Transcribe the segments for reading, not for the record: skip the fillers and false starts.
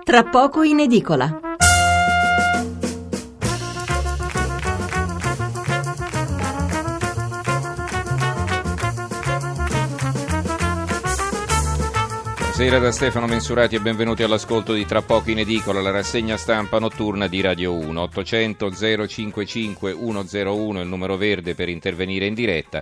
tra poco in edicola. Buonasera da Stefano Mensurati e benvenuti all'ascolto di Tra poco in edicola, la rassegna stampa notturna di Radio 1. 800 055 101 è il numero verde per intervenire in diretta,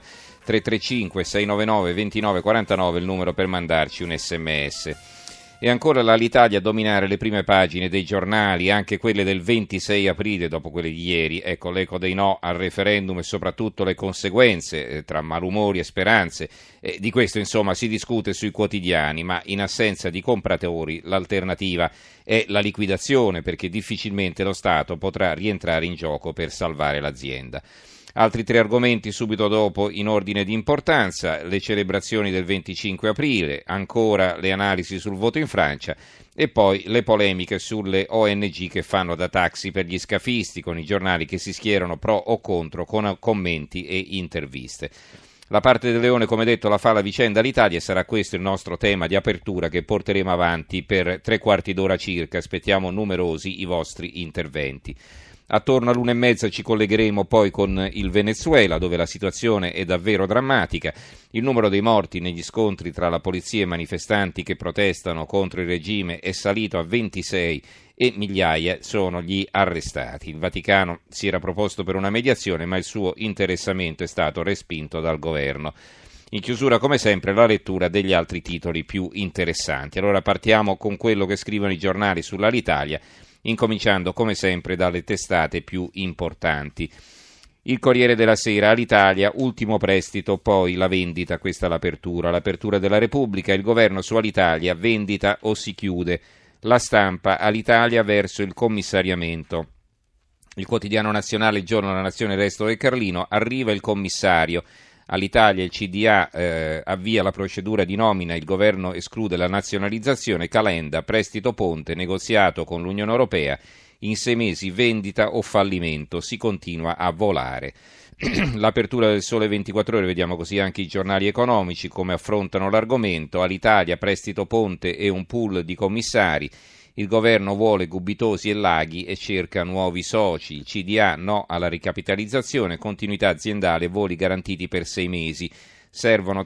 335 699 2949 è il numero per mandarci un sms. E ancora l'Alitalia a dominare le prime pagine dei giornali, anche quelle del 26 aprile dopo quelle di ieri. Ecco l'eco dei no al referendum e soprattutto le conseguenze tra malumori e speranze. Di questo insomma si discute sui quotidiani, ma in assenza di compratori l'alternativa è la liquidazione, perché difficilmente lo Stato potrà rientrare in gioco per salvare l'azienda. Altri tre argomenti subito dopo in ordine di importanza: le celebrazioni del 25 aprile, ancora le analisi sul voto in Francia e poi le polemiche sulle ONG che fanno da taxi per gli scafisti, con i giornali che si schierano pro o contro con commenti e interviste. La parte del leone, come detto, la fa la vicenda all'Italia e sarà questo il nostro tema di apertura che porteremo avanti per 3/4 d'ora circa. Aspettiamo numerosi i vostri interventi. Attorno all'1:30 ci collegheremo poi con il Venezuela, dove la situazione è davvero drammatica. Il numero dei morti negli scontri tra la polizia e i manifestanti che protestano contro il regime è salito a 26 e migliaia sono gli arrestati. Il Vaticano si era proposto per una mediazione, ma il suo interessamento è stato respinto dal governo. In chiusura, come sempre, la lettura degli altri titoli più interessanti. Allora partiamo con quello che scrivono i giornali sull'Alitalia, incominciando come sempre dalle testate più importanti. Il Corriere della Sera, all'Italia, ultimo prestito, poi la vendita, questa è l'apertura della Repubblica, il governo su Alitalia, vendita o si chiude. La Stampa, Alitalia verso il commissariamento. Il quotidiano nazionale, Il Giorno, La Nazione, Il Resto del Carlino, arriva il commissario. All'Italia il CDA avvia la procedura di nomina, il governo esclude la nazionalizzazione, Calenda, prestito ponte, negoziato con l'Unione Europea, in 6 mesi vendita o fallimento, si continua a volare. L'apertura del Sole 24 Ore, vediamo così anche i giornali economici come affrontano l'argomento. All'Italia prestito ponte e un pool di commissari. Il governo vuole Gubitosi e Laghi e cerca nuovi soci. Il CDA no alla ricapitalizzazione, continuità aziendale, voli garantiti per 6 mesi. Servono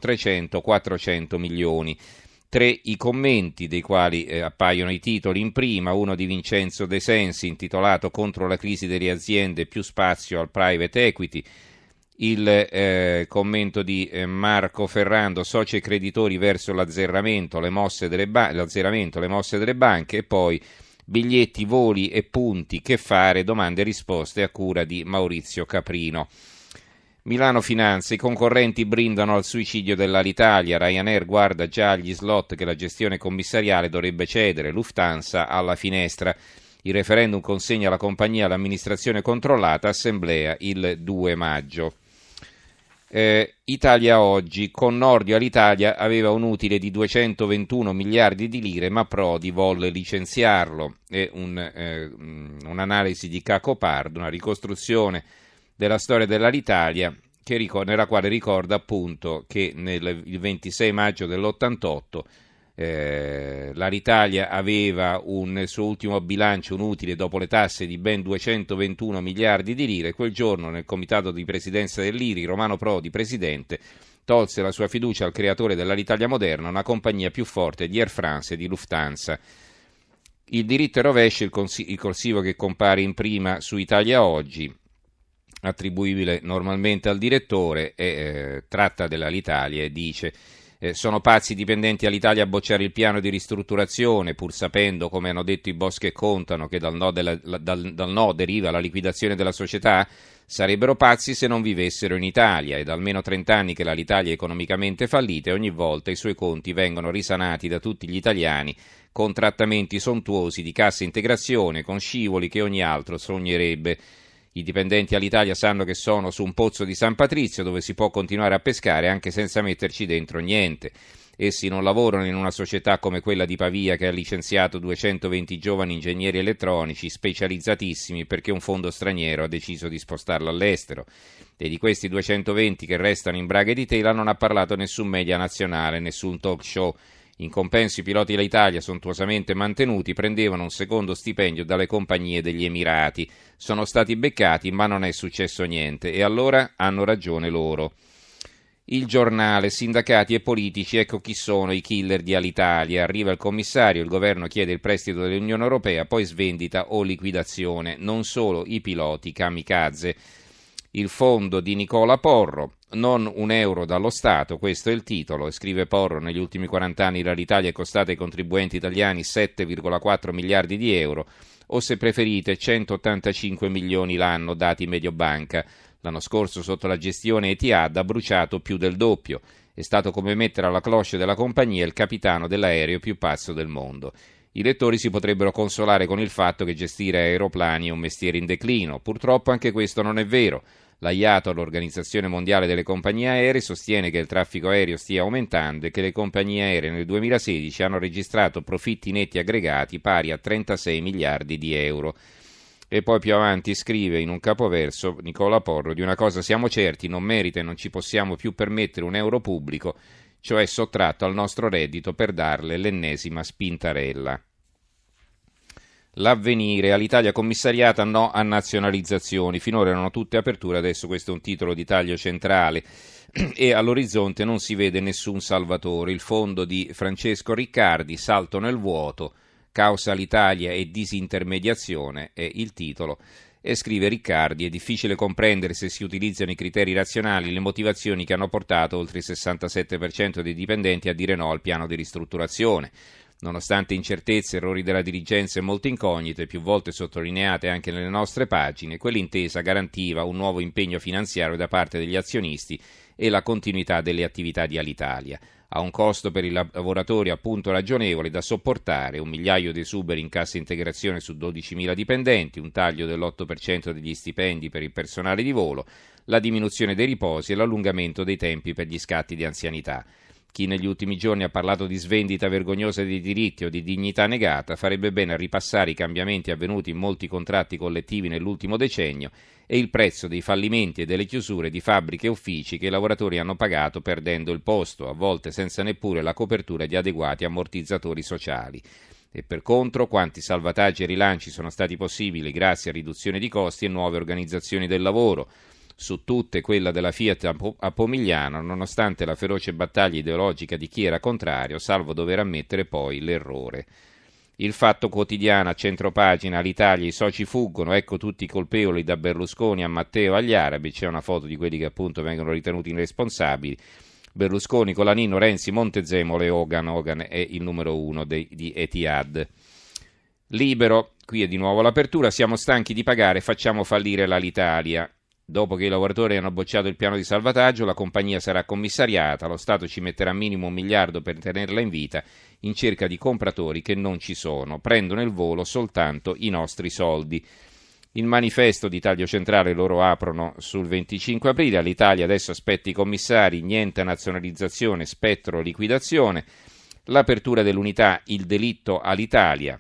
300-400 milioni. 3 i commenti, dei quali appaiono i titoli in prima, uno di Vincenzo De Sensi intitolato Contro la crisi delle aziende, più spazio al private equity. Il commento di Marco Ferrando, soci e creditori verso l'azzeramento, le mosse delle banche, e poi biglietti, voli e punti, che fare, domande e risposte a cura di Maurizio Caprino. Milano Finanza, i concorrenti brindano al suicidio dell'Alitalia, Ryanair guarda già agli slot che la gestione commissariale dovrebbe cedere, Lufthansa alla finestra. Il referendum consegna la compagnia all'amministrazione controllata, assemblea il 2 maggio. Italia Oggi, con Nordio Alitalia aveva un utile di 221 miliardi di lire, ma Prodi volle licenziarlo. È un'analisi di Caco Pardo, una ricostruzione della storia dell'Alitalia nella quale ricorda appunto che il 26 maggio dell'88 l'Alitalia aveva nel suo ultimo bilancio un utile dopo le tasse di ben 221 miliardi di lire. Quel giorno nel comitato di presidenza dell'IRI Romano Prodi, presidente, tolse la sua fiducia al creatore dell'Alitalia moderna, una compagnia più forte di Air France e di Lufthansa. Il diritto e rovescio, il corsivo che compare in prima su Italia Oggi, attribuibile normalmente al direttore, tratta dell'Alitalia e dice: sono pazzi i dipendenti all'Italia a bocciare il piano di ristrutturazione, pur sapendo, come hanno detto i boss che contano, che dal no deriva la liquidazione della società? Sarebbero pazzi se non vivessero in Italia. È da almeno 30 anni che l'Alitalia è economicamente fallita e ogni volta i suoi conti vengono risanati da tutti gli italiani con trattamenti sontuosi di cassa integrazione, con scivoli che ogni altro sognerebbe. I dipendenti all'Italia sanno che sono su un pozzo di San Patrizio dove si può continuare a pescare anche senza metterci dentro niente. Essi non lavorano in una società come quella di Pavia che ha licenziato 220 giovani ingegneri elettronici specializzatissimi perché un fondo straniero ha deciso di spostarlo all'estero. E di questi 220 che restano in braghe di tela non ha parlato nessun media nazionale, nessun talk show. In compenso i piloti dell'Italia, sontuosamente mantenuti, prendevano un secondo stipendio dalle compagnie degli Emirati. Sono stati beccati, ma non è successo niente, e allora hanno ragione loro. Il Giornale, sindacati e politici, ecco chi sono i killer di Alitalia. Arriva il commissario, il governo chiede il prestito dell'Unione Europea, poi svendita o liquidazione. Non solo i piloti kamikaze. Il fondo di Nicola Porro, non un euro dallo Stato, questo è il titolo, e scrive Porro, negli ultimi 40 anni l'Alitalia è costata ai contribuenti italiani 7,4 miliardi di euro, o se preferite 185 milioni l'anno, dati Mediobanca. L'anno scorso sotto la gestione Etihad ha bruciato più del doppio. È stato come mettere alla cloche della compagnia il capitano dell'aereo più pazzo del mondo. I lettori si potrebbero consolare con il fatto che gestire aeroplani è un mestiere in declino. Purtroppo anche questo non è vero. La IATA, l'Organizzazione Mondiale delle Compagnie Aeree, sostiene che il traffico aereo stia aumentando e che le compagnie aeree nel 2016 hanno registrato profitti netti aggregati pari a 36 miliardi di euro. E poi più avanti scrive in un capoverso Nicola Porro: di una cosa siamo certi, non merita e non ci possiamo più permettere un euro pubblico, cioè sottratto al nostro reddito per darle l'ennesima spintarella. L'Avvenire, all'Italia commissariata, no a nazionalizzazioni, finora erano tutte aperture, adesso questo è un titolo di taglio centrale e all'orizzonte non si vede nessun salvatore. Il fondo di Francesco Riccardi, salto nel vuoto, causa l'Italia e disintermediazione è il titolo, e scrive Riccardi: è difficile comprendere, se si utilizzano i criteri razionali, le motivazioni che hanno portato oltre il 67% dei dipendenti a dire no al piano di ristrutturazione. Nonostante incertezze, errori della dirigenza e molte incognite, più volte sottolineate anche nelle nostre pagine, quell'intesa garantiva un nuovo impegno finanziario da parte degli azionisti e la continuità delle attività di Alitalia. A un costo per i lavoratori appunto ragionevole da sopportare, 1 migliaio di esuberi in cassa integrazione su 12.000 dipendenti, un taglio dell'8% degli stipendi per il personale di volo, la diminuzione dei riposi e l'allungamento dei tempi per gli scatti di anzianità. Chi negli ultimi giorni ha parlato di svendita vergognosa dei diritti o di dignità negata farebbe bene a ripassare i cambiamenti avvenuti in molti contratti collettivi nell'ultimo decennio e il prezzo dei fallimenti e delle chiusure di fabbriche e uffici che i lavoratori hanno pagato perdendo il posto, a volte senza neppure la copertura di adeguati ammortizzatori sociali. E per contro, quanti salvataggi e rilanci sono stati possibili grazie a riduzione di costi e nuove organizzazioni del lavoro. Su tutte quella della Fiat a Pomigliano, nonostante la feroce battaglia ideologica di chi era contrario, salvo dover ammettere poi l'errore. Il Fatto Quotidiano, a centropagina, l'Italia, i soci fuggono, ecco tutti i colpevoli da Berlusconi a Matteo agli arabi, c'è una foto di quelli che appunto vengono ritenuti irresponsabili, Berlusconi, Colanino, Renzi, Montezemolo e Hogan è il numero 1 di Etihad. Libero, qui è di nuovo l'apertura, siamo stanchi di pagare, facciamo fallire l'Alitalia. Dopo che i lavoratori hanno bocciato il piano di salvataggio, la compagnia sarà commissariata, lo Stato ci metterà minimo 1 miliardo per tenerla in vita in cerca di compratori che non ci sono, prendono il volo soltanto i nostri soldi. Il manifesto di taglio centrale loro aprono sul 25 aprile, all'Italia adesso aspetta i commissari, niente nazionalizzazione, spettro liquidazione, l'apertura dell'unità, il delitto all'Italia,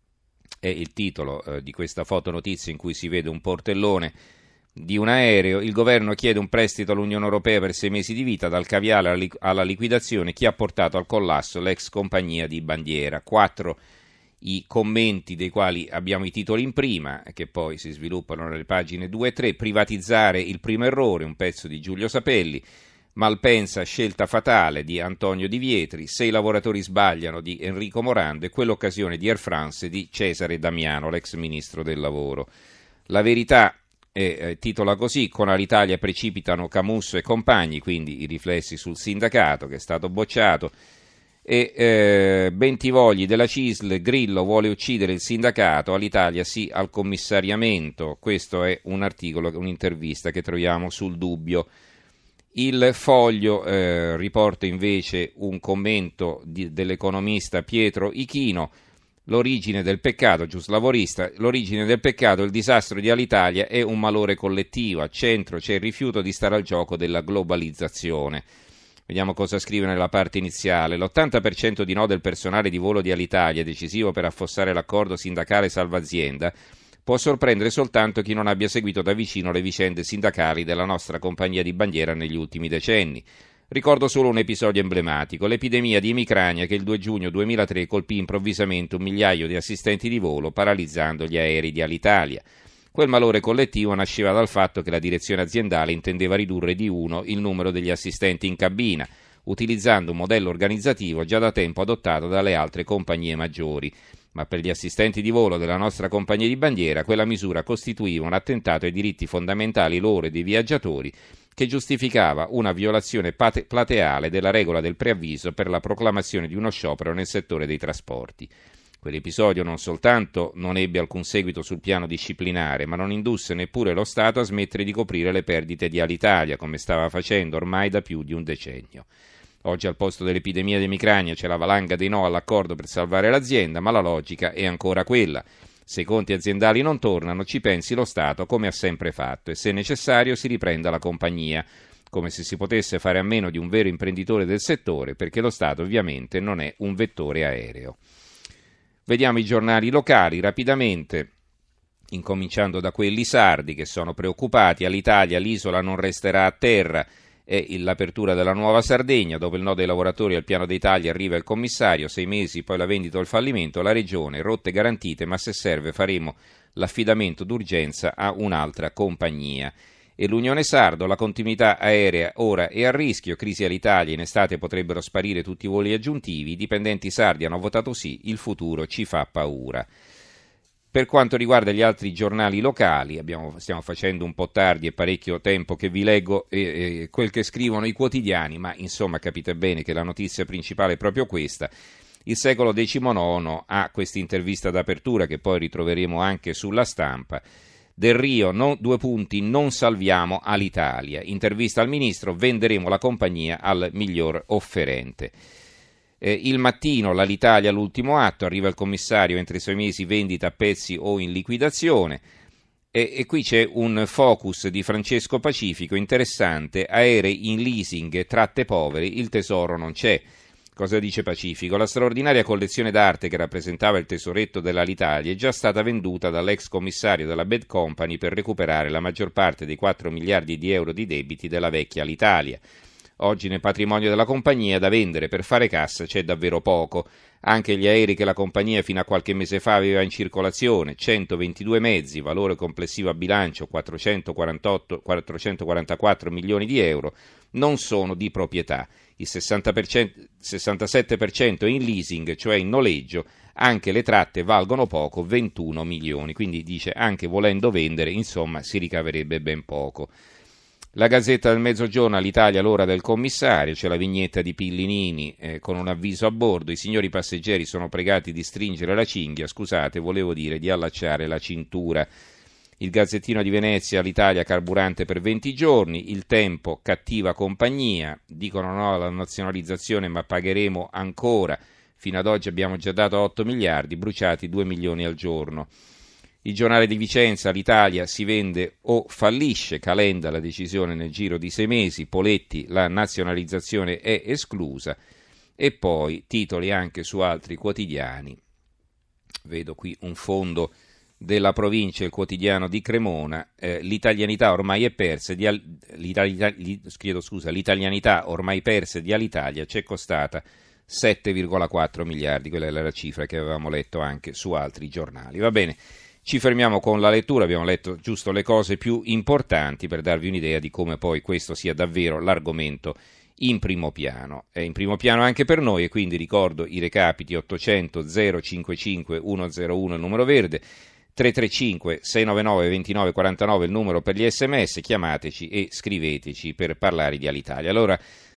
è il titolo di questa fotonotizia in cui si vede un portellone di un aereo. Il governo chiede un prestito all'Unione Europea per 6 mesi di vita, dal caviale alla liquidazione, chi ha portato al collasso l'ex compagnia di bandiera. 4 i commenti dei quali abbiamo i titoli in prima, che poi si sviluppano nelle pagine 2 e 3. Privatizzare il primo errore, un pezzo di Giulio Sapelli. Malpensa, scelta fatale di Antonio Di Vietri. Se i lavoratori sbagliano di Enrico Morando, e quell'occasione di Air France di Cesare Damiano, l'ex ministro del lavoro. La Verità titola così: con Alitalia precipitano Camusso e compagni, quindi i riflessi sul sindacato che è stato bocciato. E Bentivogli della CISL, Grillo vuole uccidere il sindacato, all'Italia sì al commissariamento. Questo è un articolo, un'intervista che troviamo sul Dubbio. Il Foglio riporta invece un commento dell'economista Pietro Ichino. L'origine del peccato, giuslavorista, l'origine del peccato, il disastro di Alitalia è un malore collettivo, a centro c'è il rifiuto di stare al gioco della globalizzazione. Vediamo cosa scrive nella parte iniziale. L'80% di no del personale di volo di Alitalia, decisivo per affossare l'accordo sindacale salva azienda, può sorprendere soltanto chi non abbia seguito da vicino le vicende sindacali della nostra compagnia di bandiera negli ultimi decenni. Ricordo solo un episodio emblematico, l'epidemia di emicrania che il 2 giugno 2003 colpì improvvisamente 1 migliaio di assistenti di volo, paralizzando gli aerei di Alitalia. Quel malore collettivo nasceva dal fatto che la direzione aziendale intendeva ridurre di 1 il numero degli assistenti in cabina, utilizzando un modello organizzativo già da tempo adottato dalle altre compagnie maggiori. Ma per gli assistenti di volo della nostra compagnia di bandiera quella misura costituiva un attentato ai diritti fondamentali loro e dei viaggiatori, che giustificava una violazione plateale della regola del preavviso per la proclamazione di uno sciopero nel settore dei trasporti. Quell'episodio non soltanto non ebbe alcun seguito sul piano disciplinare, ma non indusse neppure lo Stato a smettere di coprire le perdite di Alitalia, come stava facendo ormai da più di un decennio. Oggi al posto dell'epidemia di emicrania c'è la valanga dei no all'accordo per salvare l'azienda, ma la logica è ancora quella. Se i conti aziendali non tornano, ci pensi lo Stato come ha sempre fatto e se necessario si riprenda la compagnia, come se si potesse fare a meno di un vero imprenditore del settore, perché lo Stato ovviamente non è un vettore aereo. Vediamo i giornali locali rapidamente, incominciando da quelli sardi che sono preoccupati. All'Italia l'isola non resterà a terra. È l'apertura della nuova Sardegna, dopo il no dei lavoratori al piano dei tagli arriva il commissario, 6 mesi, poi la vendita o il fallimento, la regione, rotte garantite, ma se serve faremo l'affidamento d'urgenza a un'altra compagnia. E l'Unione Sardo, la continuità aerea ora è a rischio, crisi all'Italia, in estate potrebbero sparire tutti i voli aggiuntivi, i dipendenti sardi hanno votato sì, il futuro ci fa paura. Per quanto riguarda gli altri giornali locali, stiamo facendo un po' tardi e parecchio tempo che vi leggo quel che scrivono i quotidiani, ma insomma capite bene che la notizia principale è proprio questa. Il Secolo XIX ha questa intervista d'apertura che poi ritroveremo anche sulla Stampa. Del Rio, non salviamo Alitalia. Intervista al ministro, venderemo la compagnia al miglior offerente. Il Mattino, l'Alitalia l'ultimo atto, arriva il commissario entro i 6 mesi, vendita a pezzi o in liquidazione. E qui c'è un focus di Francesco Pacifico interessante, aerei in leasing, tratte povere, il tesoro non c'è. Cosa dice Pacifico? La straordinaria collezione d'arte che rappresentava il tesoretto dell'Alitalia è già stata venduta dall'ex commissario della Bad Company per recuperare la maggior parte dei 4 miliardi di euro di debiti della vecchia Alitalia. Oggi nel patrimonio della compagnia da vendere per fare cassa c'è davvero poco. Anche gli aerei che la compagnia fino a qualche mese fa aveva in circolazione, 122 mezzi, valore complessivo a bilancio 444 milioni di euro, non sono di proprietà. Il 67% è in leasing, cioè in noleggio, anche le tratte valgono poco, 21 milioni, quindi dice anche volendo vendere, insomma, si ricaverebbe ben poco. La Gazzetta del Mezzogiorno, all'Italia l'ora del commissario, c'è la vignetta di Pillinini con un avviso a bordo, i signori passeggeri sono pregati di stringere la cinghia, scusate, volevo dire di allacciare la cintura. Il Gazzettino di Venezia, l'Italia carburante per 20 giorni, il Tempo, cattiva compagnia, dicono no alla nazionalizzazione ma pagheremo ancora, fino ad oggi abbiamo già dato 8 miliardi, bruciati 2 milioni al giorno. Il Giornale di Vicenza, l'Italia si vende o fallisce, Calenda la decisione nel giro di 6 mesi, Poletti la nazionalizzazione è esclusa e poi titoli anche su altri quotidiani. Vedo qui un fondo della provincia, il quotidiano di Cremona, l'italianità ormai è persa, l'italianità ormai persa di Alitalia ci è costata 7,4 miliardi, quella era la cifra che avevamo letto anche su altri giornali. Va bene. Ci fermiamo con la lettura, abbiamo letto giusto le cose più importanti per darvi un'idea di come poi questo sia davvero l'argomento in primo piano. È in primo piano anche per noi e quindi ricordo i recapiti 800 055 101 il numero verde, 335 699 2949 il numero per gli sms, chiamateci e scriveteci per parlare di Alitalia. Allora